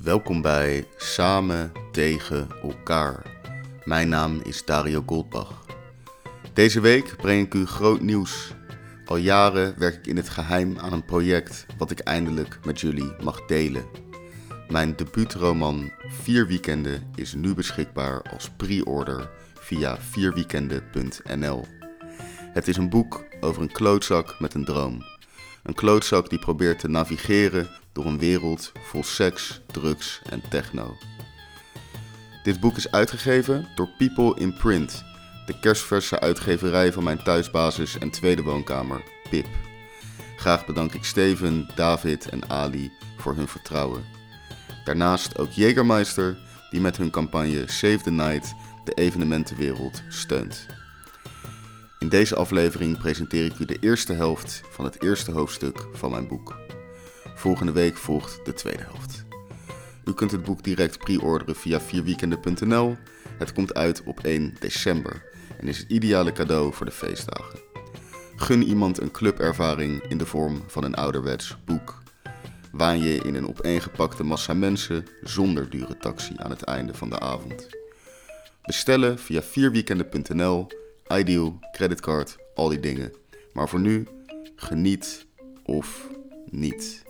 Welkom bij Samen tegen elkaar. Mijn naam is Dario Goldbach. Deze week breng ik u groot nieuws. Al jaren werk ik in het geheim aan een project wat ik eindelijk met jullie mag delen. Mijn debuutroman 4 Weekenden is nu beschikbaar als pre-order via 4weekenden.nl. Het is een boek over een klootzak met een droom. Een klootzak die probeert te navigeren door een wereld vol seks, drugs en techno. Dit boek is uitgegeven door People in Print, de kerstverse uitgeverij van mijn thuisbasis en tweede woonkamer, Pip. Graag bedank ik Steven, David en Ali voor hun vertrouwen. Daarnaast ook Jägermeister, die met hun campagne Save the Night de evenementenwereld steunt. In deze aflevering presenteer ik u de eerste helft van het eerste hoofdstuk van mijn boek. Volgende week volgt de tweede helft. U kunt het boek direct pre-orderen via 4weekenden.nl. Het komt uit op 1 december en is het ideale cadeau voor de feestdagen. Gun iemand een clubervaring in de vorm van een ouderwets boek. Waan je in een opeengepakte massa mensen zonder dure taxi aan het einde van de avond. Bestellen via 4weekenden.nl, Ideal, creditcard, al die dingen. Maar voor nu, geniet of niet.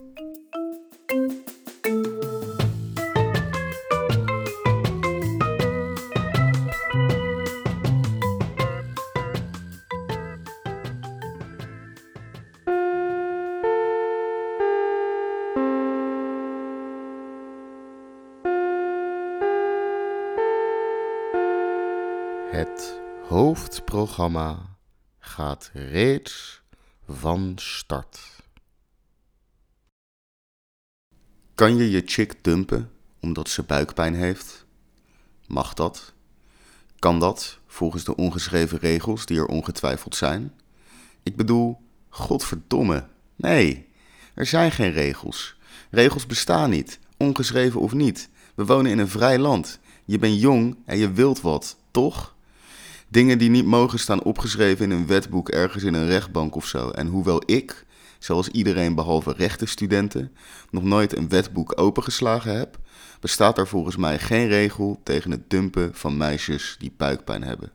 Het hoofdprogramma gaat reeds van start. Kan je je chick dumpen omdat ze buikpijn heeft? Mag dat? Kan dat volgens de ongeschreven regels die er ongetwijfeld zijn? Ik bedoel, godverdomme, nee, er zijn geen regels. Regels bestaan niet, ongeschreven of niet. We wonen in een vrij land. Je bent jong en je wilt wat, toch? Dingen die niet mogen staan opgeschreven in een wetboek ergens in een rechtbank of zo. En hoewel ik, zoals iedereen behalve rechtenstudenten, nog nooit een wetboek opengeslagen heb, bestaat er volgens mij geen regel tegen het dumpen van meisjes die buikpijn hebben.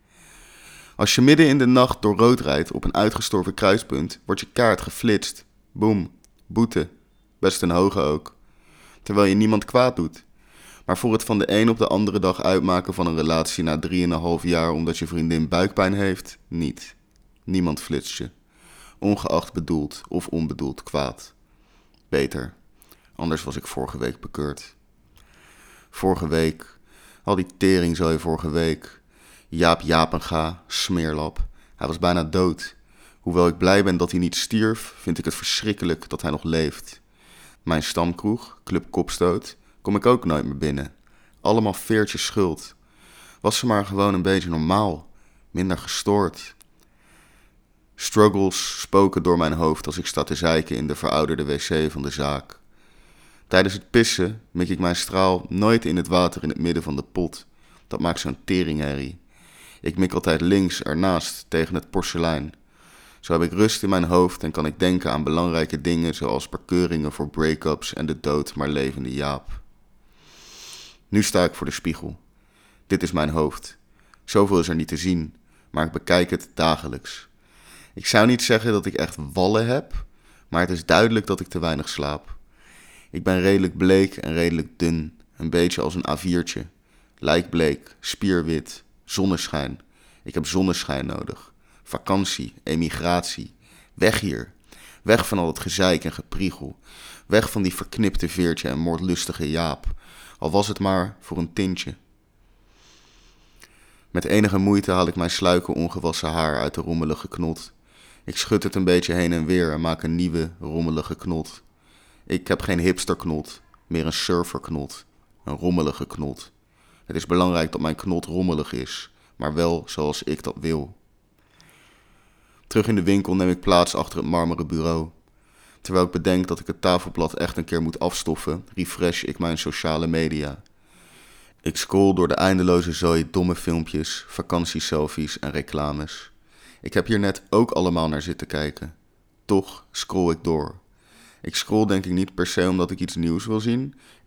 Als je midden in de nacht door rood rijdt op een uitgestorven kruispunt, word je keihard geflitst. Boem, boete, best een hoge ook. Terwijl je niemand kwaad doet. Maar voor het van de een op de andere dag uitmaken van een relatie na 3,5 jaar omdat je vriendin buikpijn heeft, niet. Niemand flitst je. Ongeacht bedoeld of onbedoeld kwaad. Beter. Anders was ik vorige week bekeurd. Vorige week. Al die teringzooi vorige week. Jaap Japenga, smeerlap. Hij was bijna dood. Hoewel ik blij ben dat hij niet stierf, vind ik het verschrikkelijk dat hij nog leeft. Mijn stamkroeg, Club Kopstoot, kom ik ook nooit meer binnen. Allemaal veertjes schuld. Was ze maar gewoon een beetje normaal. Minder gestoord. Struggles spoken door mijn hoofd als ik sta te zeiken in de verouderde wc van de zaak. Tijdens het pissen mik ik mijn straal nooit in het water in het midden van de pot. Dat maakt zo'n teringherrie. Ik mik altijd links ernaast tegen het porselein. Zo heb ik rust in mijn hoofd en kan ik denken aan belangrijke dingen zoals bekeuringen voor break-ups en de dood maar levende Jaap. Nu sta ik voor de spiegel. Dit is mijn hoofd. Zoveel is er niet te zien, maar ik bekijk het dagelijks. Ik zou niet zeggen dat ik echt wallen heb, maar het is duidelijk dat ik te weinig slaap. Ik ben redelijk bleek en redelijk dun, een beetje als een A4'tje. Lijkbleek, spierwit, zonneschijn. Ik heb zonneschijn nodig. Vakantie, emigratie. Weg hier. Weg van al het gezeik en gepriegel. Weg van die verknipte veertje en moordlustige Jaap. Al was het maar voor een tintje. Met enige moeite haal ik mijn sluike ongewassen haar uit de rommelige knot. Ik schud het een beetje heen en weer en maak een nieuwe rommelige knot. Ik heb geen hipsterknot, meer een surferknot. Een rommelige knot. Het is belangrijk dat mijn knot rommelig is, maar wel zoals ik dat wil. Terug in de winkel neem ik plaats achter het marmeren bureau. Terwijl ik bedenk dat ik het tafelblad echt een keer moet afstoffen, refresh ik mijn sociale media. Ik scroll door de eindeloze zooi domme filmpjes, vakantieselfies en reclames. Ik heb hier net ook allemaal naar zitten kijken. Toch scroll ik door. Ik scroll denk ik niet per se omdat ik iets nieuws wil zien.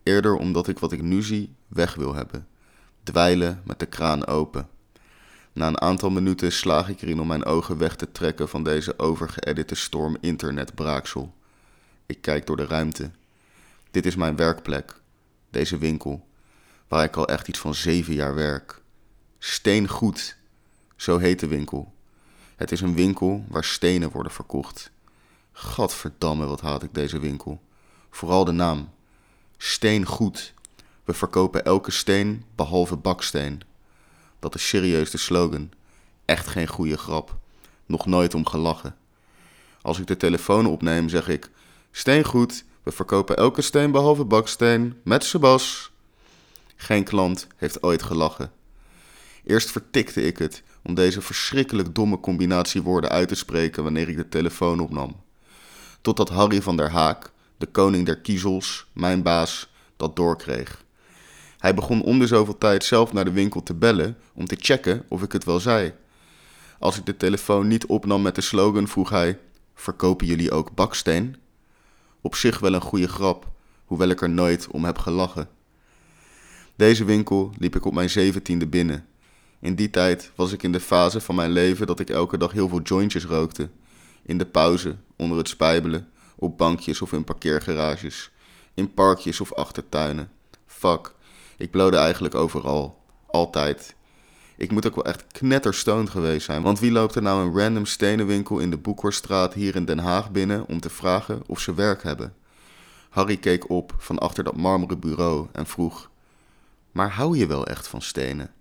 Eerder omdat ik wat ik nu zie weg wil hebben. Dweilen met de kraan open. Na een aantal minuten slaag ik erin om mijn ogen weg te trekken van deze overgeëdite storm internetbraaksel. Ik kijk door de ruimte. Dit is mijn werkplek. Deze winkel, waar ik al echt iets van 7 jaar werk. Steengoed, zo heet de winkel. Het is een winkel waar stenen worden verkocht. Gadverdamme, wat haat ik deze winkel. Vooral de naam. Steengoed. We verkopen elke steen behalve baksteen. Dat is serieus de slogan. Echt geen goede grap. Nog nooit om gelachen. Als ik de telefoon opneem zeg ik: Steengoed, we verkopen elke steen behalve baksteen, met Sebas. Geen klant heeft ooit gelachen. Eerst vertikte ik het om deze verschrikkelijk domme combinatie woorden uit te spreken wanneer ik de telefoon opnam. Totdat Harry van der Haak, de koning der kiezels, mijn baas, dat doorkreeg. Hij begon om de zoveel tijd zelf naar de winkel te bellen om te checken of ik het wel zei. Als ik de telefoon niet opnam met de slogan vroeg hij: verkopen jullie ook baksteen? Op zich wel een goede grap, hoewel ik er nooit om heb gelachen. Deze winkel liep ik op mijn 17e binnen. In die tijd was ik in de fase van mijn leven dat ik elke dag heel veel jointjes rookte. In de pauze, onder het spijbelen, op bankjes of in parkeergarages, in parkjes of achtertuinen. Fuck, ik blowde eigenlijk overal. Altijd. Ik moet ook wel echt knetterstoned geweest zijn, want wie loopt er nou een random stenenwinkel in de Boekhorststraat hier in Den Haag binnen om te vragen of ze werk hebben? Harry keek op van achter dat marmeren bureau en vroeg: maar hou je wel echt van stenen?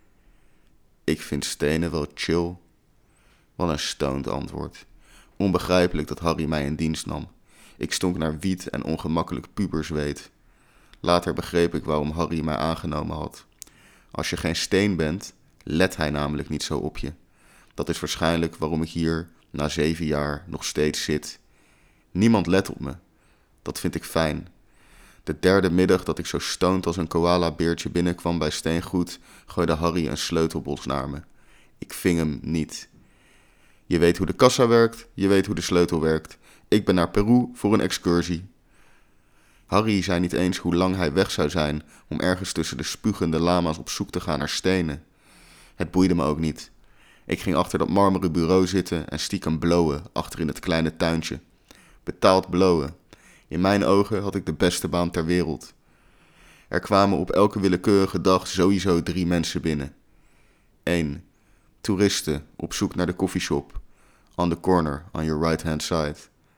Ik vind stenen wel chill. Wat een stoned antwoord. Onbegrijpelijk dat Harry mij in dienst nam. Ik stonk naar wiet en ongemakkelijk puberzweet. Later begreep ik waarom Harry mij aangenomen had. Als je geen steen bent, let hij namelijk niet zo op je. Dat is waarschijnlijk waarom ik hier, na 7 jaar, nog steeds zit. Niemand let op me. Dat vind ik fijn. De 3e middag dat ik zo stoned als een koala-beertje binnenkwam bij Steengoed, gooide Harry een sleutelbos naar me. Ik ving hem niet. Je weet hoe de kassa werkt, je weet hoe de sleutel werkt. Ik ben naar Peru voor een excursie. Harry zei niet eens hoe lang hij weg zou zijn om ergens tussen de spugende lama's op zoek te gaan naar stenen. Het boeide me ook niet. Ik ging achter dat marmeren bureau zitten en stiekem blowen achter in het kleine tuintje. Betaald blowen. In mijn ogen had ik de beste baan ter wereld. Er kwamen op elke willekeurige dag sowieso 3 mensen binnen. 1. Toeristen op zoek naar de koffieshop. On the corner, on your right hand side.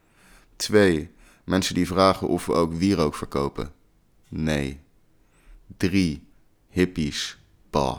2. Mensen die vragen of we ook wierook verkopen. Nee. 3. Hippies. Bah.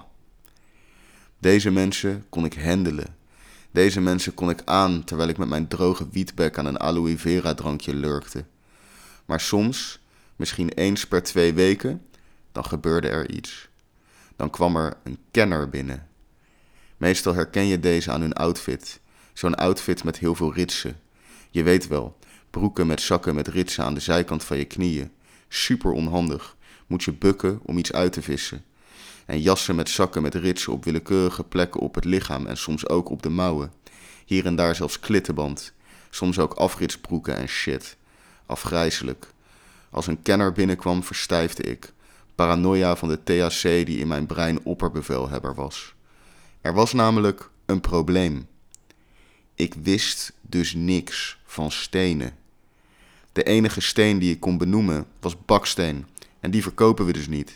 Deze mensen kon ik handelen. Deze mensen kon ik aan terwijl ik met mijn droge wietbek aan een aloe vera drankje lurkte. Maar soms, misschien eens per 2 weken, dan gebeurde er iets. Dan kwam er een kenner binnen. Meestal herken je deze aan hun outfit. Zo'n outfit met heel veel ritsen. Je weet wel, broeken met zakken met ritsen aan de zijkant van je knieën. Super onhandig. Moet je bukken om iets uit te vissen. En jassen met zakken met ritsen op willekeurige plekken op het lichaam en soms ook op de mouwen. Hier en daar zelfs klittenband. Soms ook afritsbroeken en shit. Afgrijselijk. Als een kenner binnenkwam verstijfde ik. Paranoia van de THC die in mijn brein opperbevelhebber was. Er was namelijk een probleem. Ik wist dus niks van stenen. De enige steen die ik kon benoemen was baksteen en die verkopen we dus niet.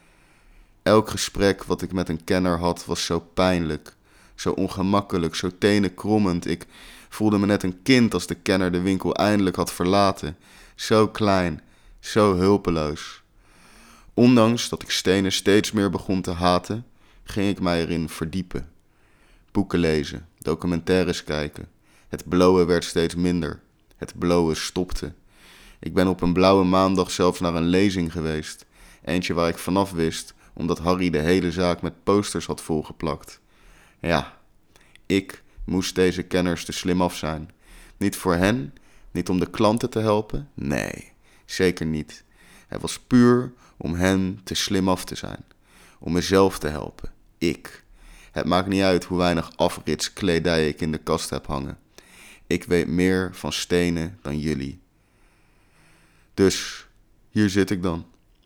Elk gesprek wat ik met een kenner had was zo pijnlijk, zo ongemakkelijk, zo tenenkrommend. Ik voelde me net een kind als de kenner de winkel eindelijk had verlaten. Zo klein, zo hulpeloos. Ondanks dat ik stenen steeds meer begon te haten, ging ik mij erin verdiepen. Boeken lezen, documentaires kijken. Het blowen werd steeds minder. Het blowen stopte. Ik ben op een blauwe maandag zelfs naar een lezing geweest. Eentje waar ik vanaf wist, omdat Harry de hele zaak met posters had volgeplakt. Ja, ik moest deze kenners te slim af zijn. Niet voor hen, niet om de klanten te helpen. Nee, zeker niet. Het was puur om hen te slim af te zijn. Om mezelf te helpen. Ik. Het maakt niet uit hoe weinig afrits-kledij ik in de kast heb hangen. Ik weet meer van stenen dan jullie. Dus, hier zit ik dan.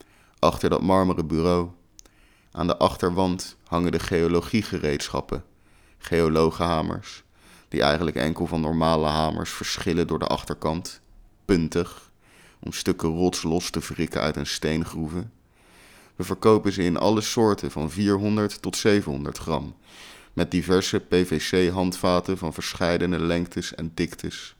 achter dat marmeren bureau. Aan de achterwand hangen de geologiegereedschappen, geologenhamers, die eigenlijk enkel van normale hamers verschillen door de achterkant, puntig, om stukken rots los te wrikken uit een steengroeve. We verkopen ze in alle soorten van 400 tot 700 gram, met diverse PVC-handvaten van verscheidene lengtes en diktes.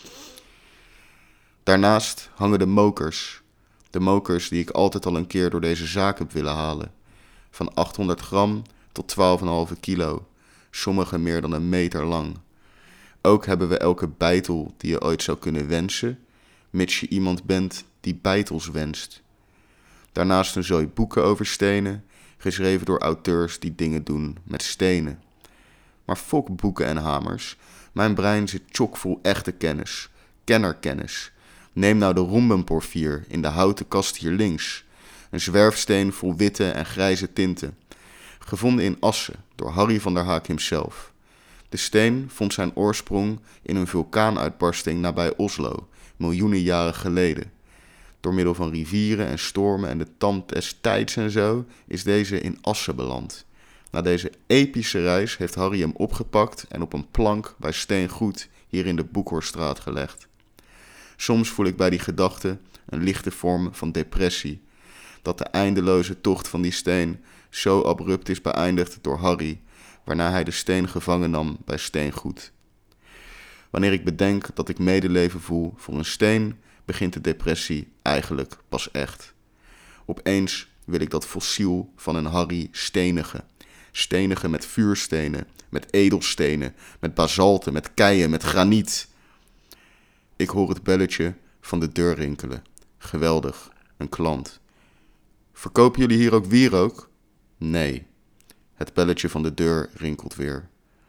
Daarnaast hangen de mokers die ik altijd al een keer door deze zaak heb willen halen. Van 800 gram tot 12,5 kilo, sommige meer dan 1 meter lang. Ook hebben we elke beitel die je ooit zou kunnen wensen, mits je iemand bent die beitels wenst. Daarnaast een zooi boeken over stenen, geschreven door auteurs die dingen doen met stenen. Maar fok boeken en hamers, mijn brein zit chockvol echte kennis, kennerkennis. Neem nou de rhombenporfier in de houten kast hier links. Een zwerfsteen vol witte en grijze tinten. Gevonden in Assen door Harry van der Haak himself. De steen vond zijn oorsprong in een vulkaanuitbarsting nabij Oslo, miljoenen jaren geleden. Door middel van rivieren en stormen en de tand des tijds en zo is deze in Assen beland. Na deze epische reis heeft Harry hem opgepakt en op een plank bij Steengoed hier in de Boekhorststraat gelegd. Soms voel ik bij die gedachte een lichte vorm van depressie, dat de eindeloze tocht van die steen zo abrupt is beëindigd door Harry, waarna hij de steen gevangen nam bij Steengoed. Wanneer ik bedenk dat ik medeleven voel voor een steen, begint de depressie eigenlijk pas echt. Opeens wil ik dat fossiel van een Harry stenigen. Stenigen met vuurstenen, met edelstenen, met basalten, met keien, met graniet. Ik hoor het belletje van de deur rinkelen. Geweldig, een klant. Verkopen jullie hier ook wierook? Nee. Het belletje van de deur rinkelt weer.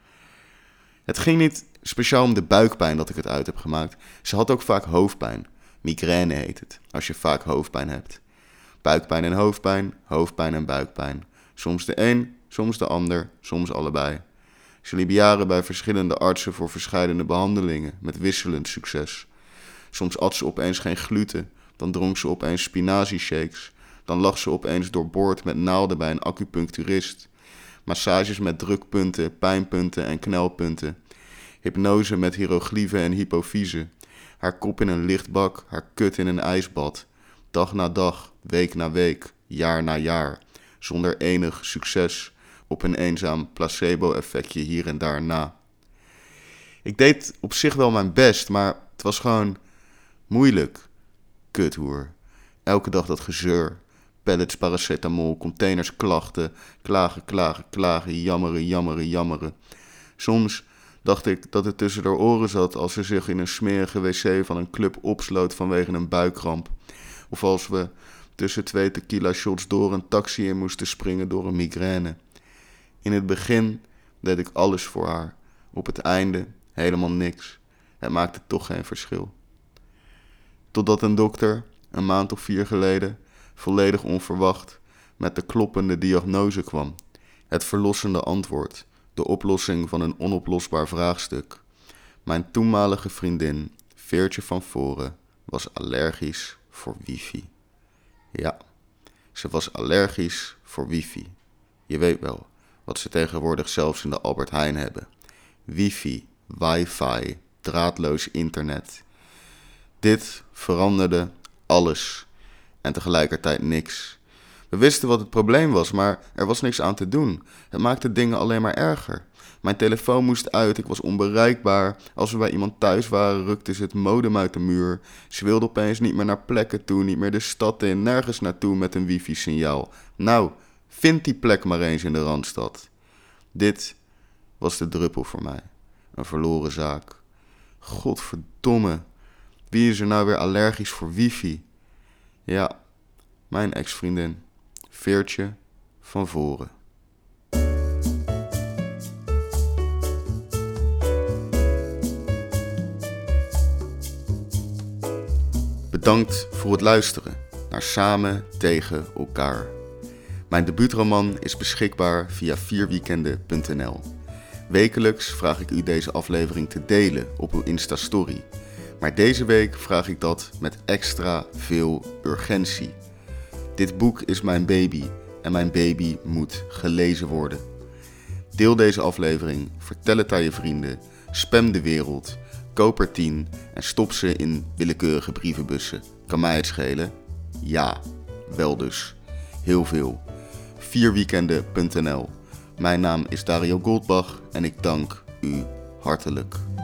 Het ging niet speciaal om de buikpijn dat ik het uit heb gemaakt. Ze had ook vaak hoofdpijn. Migraine heet het, als je vaak hoofdpijn hebt. Buikpijn en hoofdpijn, hoofdpijn en buikpijn. Soms de een, soms de ander, soms allebei. Ze liep jaren bij verschillende artsen voor verschillende behandelingen, met wisselend succes. Soms at ze opeens geen gluten, dan dronk ze opeens spinazieshakes. Dan lag ze opeens doorboord met naalden bij een acupuncturist. Massages met drukpunten, pijnpunten en knelpunten. Hypnose met hieroglyphen en hypofyse. Haar kop in een lichtbak, haar kut in een ijsbad. Dag na dag, week na week, jaar na jaar. Zonder enig succes, op een eenzaam placebo-effectje hier en daar na. Ik deed op zich wel mijn best, maar het was gewoon moeilijk. Kuthoer. Elke dag dat gezeur. Pellets paracetamol, containers klachten, klagen, jammeren. Soms dacht ik dat het tussen haar oren zat als ze zich in een smerige wc van een club opsloot vanwege een buikkramp. Of als we tussen 2 tequila shots door een taxi in moesten springen door een migraine. In het begin deed ik alles voor haar. Op het einde helemaal niks. Het maakte toch geen verschil. Totdat een dokter, een maand of 4 geleden, volledig onverwacht, met de kloppende diagnose kwam. Het verlossende antwoord, de oplossing van een onoplosbaar vraagstuk. Mijn toenmalige vriendin, Veertje van Voren, was allergisch voor wifi. Ja, ze was allergisch voor wifi. Je weet wel, wat ze tegenwoordig zelfs in de Albert Heijn hebben. Wifi, wifi, draadloos internet. Dit veranderde alles en tegelijkertijd niks. We wisten wat het probleem was, maar er was niks aan te doen. Het maakte dingen alleen maar erger. Mijn telefoon moest uit, ik was onbereikbaar. Als we bij iemand thuis waren, rukte ze het modem uit de muur. Ze wilde opeens niet meer naar plekken toe, niet meer de stad in, nergens naartoe met een wifi-signaal. Nou, vind die plek maar eens in de Randstad. Dit was de druppel voor mij. Een verloren zaak. Godverdomme. Wie is er nou weer allergisch voor wifi? Ja, mijn ex-vriendin. Veertje van Voren. Bedankt voor het luisteren naar Samen tegen elkaar. Mijn debuutroman is beschikbaar via 4weekenden.nl. Wekelijks vraag ik u deze aflevering te delen op uw Insta-story. Maar deze week vraag ik dat met extra veel urgentie. Dit boek is mijn baby en mijn baby moet gelezen worden. Deel deze aflevering, vertel het aan je vrienden, spam de wereld, koop er 10 en stop ze in willekeurige brievenbussen. Kan mij het schelen? Ja, wel dus. Heel veel. 4weekenden.nl. Mijn naam is Dario Goldbach en ik dank u hartelijk.